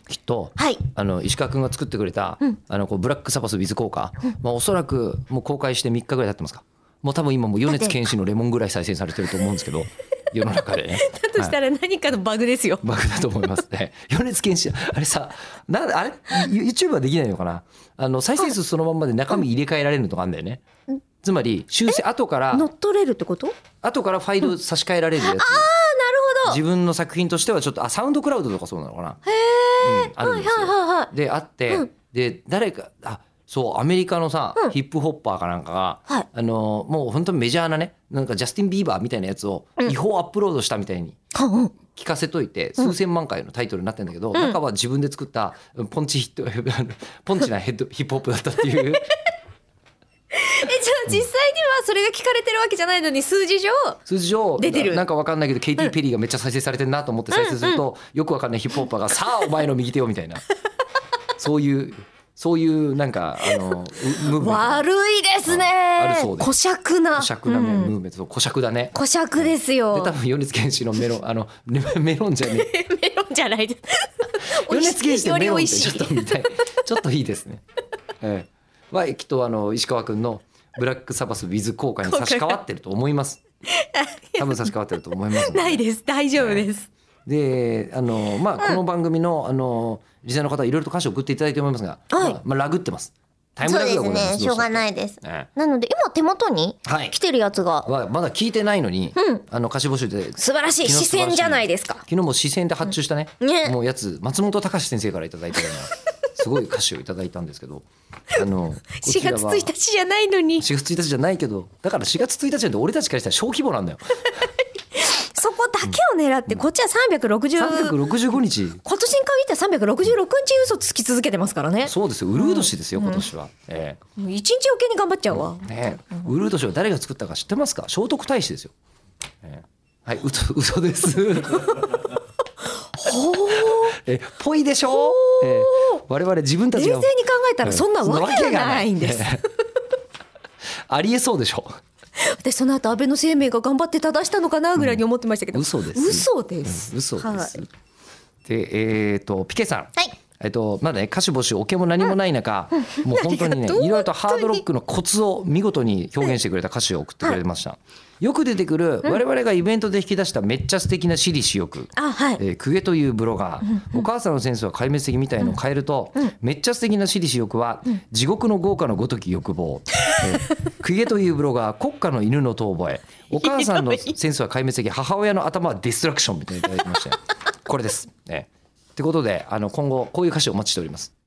きっと、 はい、 石川君が作ってくれた、こうブラックサバス with 効果、おそらくもう公開して3日ぐらい経ってますか。もう多分今もう米津玄師のレモンぐらい再生されてると思うんですけど世の中でね。 だとしたら何かのバグですよ、 バグだと思いますね。米津玄師あれさあれ YouTube はできないのかな。再生数そのまんまで中身入れ替えられるのとかあるんだよね。つまり修正後から乗っ取れるってこと？ 後からファイル差し替えられるやつ、 なるほど。 自分の作品としてはちょっとサウンドクラウドとかそうなのかな。 へえ、 あるんですよ。 はいはいはいはい。 であって、で誰かそうアメリカのさ、ヒップホッパーかなんかが、 はい、 もう本当にメジャーなね、なんかジャスティン・ビーバーみたいなやつを違法アップロードしたみたいに聞かせといて、数千万回のタイトルになってるんだけど、中は自分で作ったポンチなヒップホップだったっていう。 じゃあ実際にはそれが聞かれてるわけじゃないのに数字上出てる。 なんか分かんないけどケイティ・ペリーがめっちゃ再生されてるなと思って再生すると、よく分かんないヒップホッパーがさあお前の右手をみたいなそういうなんかムーブメント悪いですね。 あるそうです。 小尺なムーブメント、小尺だね。 小尺ですよ。 で多分米津玄師のメロンじゃねえメロンじゃないです。 米津玄師でメロンってちょっと見たい。ちょっといいですね。はきっと石川君のブラックサバス with 効果に差し替わってると思います。多分差し替わってると思いますので。 ないです、大丈夫です。 でこの番組のリスナーの方いろいろと歌詞を送っていただいて思いますが、ラグってます。タイムラグがございます。 そうですね、しょうがないです。なので今手元に来てるやつが、 まだ聞いてないのに、歌詞募集で素晴らしい視線じゃないですか。 昨日も視線で発注したね、もうやつ松本隆先生からいただいたようなすごい歌詞をいただいたんですけど 4月1日じゃないのに。 4月1日じゃないけど、だから4月1日なんて俺たちからしたら小規模なんだよ。 そこだけを狙って、こっちは 365日、 今年に限っては366日嘘つき続けてますからね。 そうですよ、ウルー年ですよ今年は。 もう1日余計に頑張っちゃうわ、 ウルー年は誰が作ったか知ってますか。聖徳太子ですよ。はい、嘘です。ぽいでしょ。我々自分たちが冷静に考えたらそんなわけがないんです。 ありえそうでしょ。 私その後安倍の生命が頑張って正したのかなぐらいに思ってましたけど、 嘘です。 嘘です。 でピケさん、まだね歌手募集オケも何もない中、もう本当にねいろいろとハードロックのコツを見事に表現してくれた歌詞を送ってくれました。よく出てくる我々がイベントで引き出しためっちゃ素敵な私利私欲、公家というブロガー、お母さんのセンスは壊滅的みたいのを変えると、めっちゃ素敵な私利私欲は地獄の豪華のごとき欲望、公家というブロガー国家の犬の遠吠え、お母さんのセンスは壊滅的、母親の頭はディストラクションみたいにいただきましてこれです。ってことで今後こういう歌詞をお待ちしております。